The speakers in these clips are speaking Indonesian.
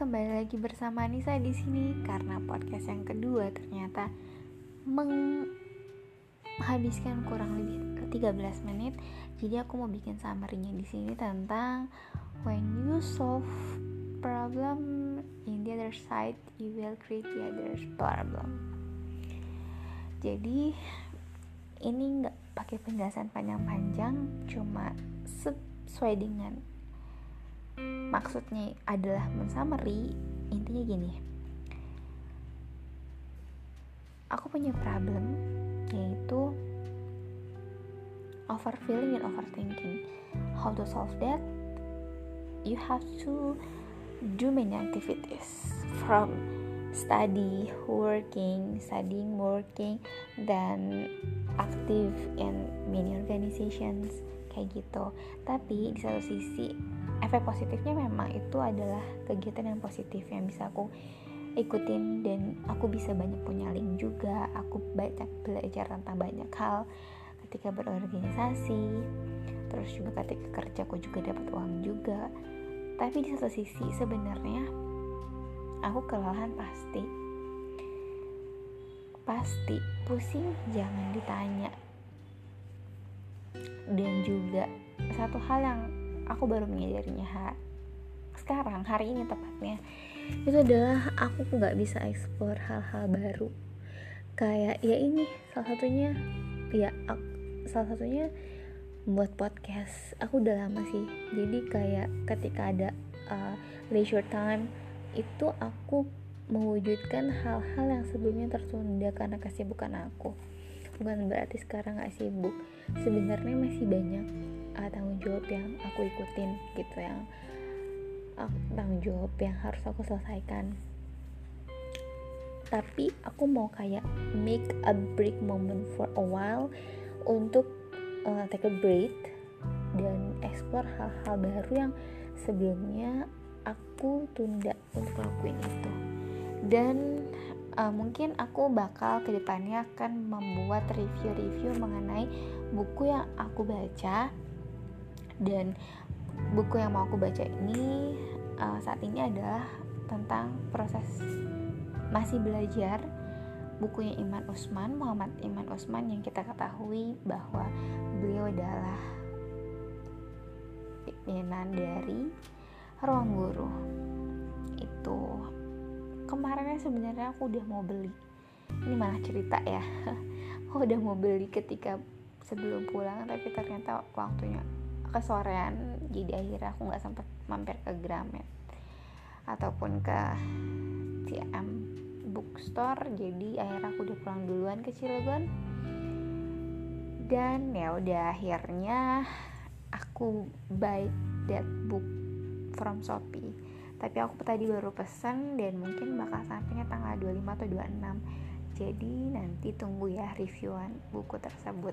kembali lagi bersama Nisa di sini karena podcast yang kedua ternyata menghabiskan kurang lebih 13 menit. Jadi aku mau bikin summary-nya di sini tentang when you solve problem in the other side, you will create the other problem. Jadi ini nggak pakai penjelasan panjang-panjang, cuma sesuai dengan maksudnya adalah men-summary. Intinya gini, aku punya problem yaitu overfeeling and overthinking. How to solve that? You have to do many activities from studying, working, dan active in many organizations kayak gitu. Tapi di satu sisi efek positifnya memang itu adalah kegiatan yang positif yang bisa aku ikutin dan aku bisa banyak punya link juga. Aku banyak belajar tentang banyak hal ketika berorganisasi, terus juga ketika kerja aku juga dapat uang juga. Tapi di satu sisi sebenarnya aku kelelahan pasti pusing jangan ditanya. Dan juga satu hal yang aku baru menyadarinya sekarang, hari ini tepatnya, itu adalah aku gak bisa explore hal-hal baru. Kayak ya ini salah satunya buat podcast. Aku udah lama sih, jadi kayak ketika ada leisure time itu aku mewujudkan hal-hal yang sebelumnya tertunda karena kesibukan aku. Bukan berarti sekarang gak sibuk, sebenarnya masih banyak tanggung jawab yang aku ikutin gitu, yang tanggung jawab yang harus aku selesaikan. Tapi aku mau kayak make a break moment for a while untuk take a break dan explore hal-hal baru yang sebelumnya aku tunda untuk lakuin itu. Dan mungkin aku bakal kedepannya akan membuat review mengenai buku yang aku baca. Dan buku yang mau aku baca ini saat ini adalah tentang proses masih belajar, bukunya Muhammad Iman Usman, yang kita ketahui bahwa beliau adalah pimpinan dari Ruang Guru. Itu kemarinnya sebenarnya aku udah mau beli, ini malah cerita ya. Aku udah mau beli ketika sebelum pulang, tapi ternyata waktunya kesorean, jadi akhirnya aku gak sempat mampir ke Gramet ataupun ke TM Bookstore. Jadi akhirnya aku udah pulang duluan ke Cilegon. Dan ya udah, akhirnya aku buy that book from Shopee. Tapi aku tadi baru pesan dan mungkin bakal sampainya tanggal 25 atau 26. Jadi nanti tunggu ya reviewan buku tersebut.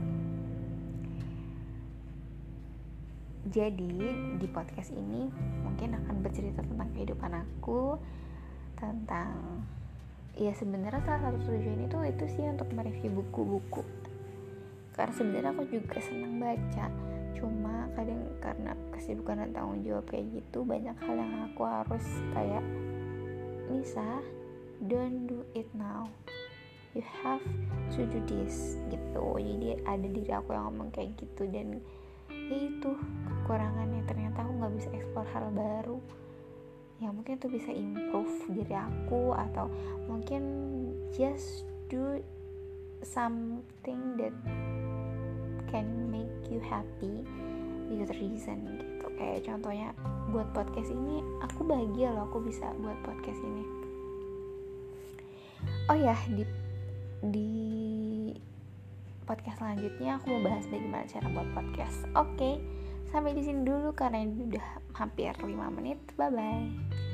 Jadi di podcast ini mungkin akan bercerita tentang kehidupan aku, tentang ya sebenarnya salah satu tujuan itu sih untuk mereview buku-buku. Karena sebenarnya aku juga senang baca, cuma kadang karena kesibukan dan tanggung jawab kayak gitu, banyak hal yang aku harus kayak, Nisa, don't do it now, you have to do this gitu. Jadi ada diri aku yang ngomong kayak gitu, dan ya itu kekurangannya. Ternyata aku gak bisa explore hal baru yang mungkin tuh bisa improve diri aku, atau mungkin just do something that can make you happy without reason gitu. Kayak contohnya buat podcast ini, aku bahagia loh aku bisa buat podcast ini. Oh ya, di podcast selanjutnya aku mau bahas bagaimana cara buat podcast. Oke, sampai di sini dulu karena ini udah hampir 5 menit. Bye bye.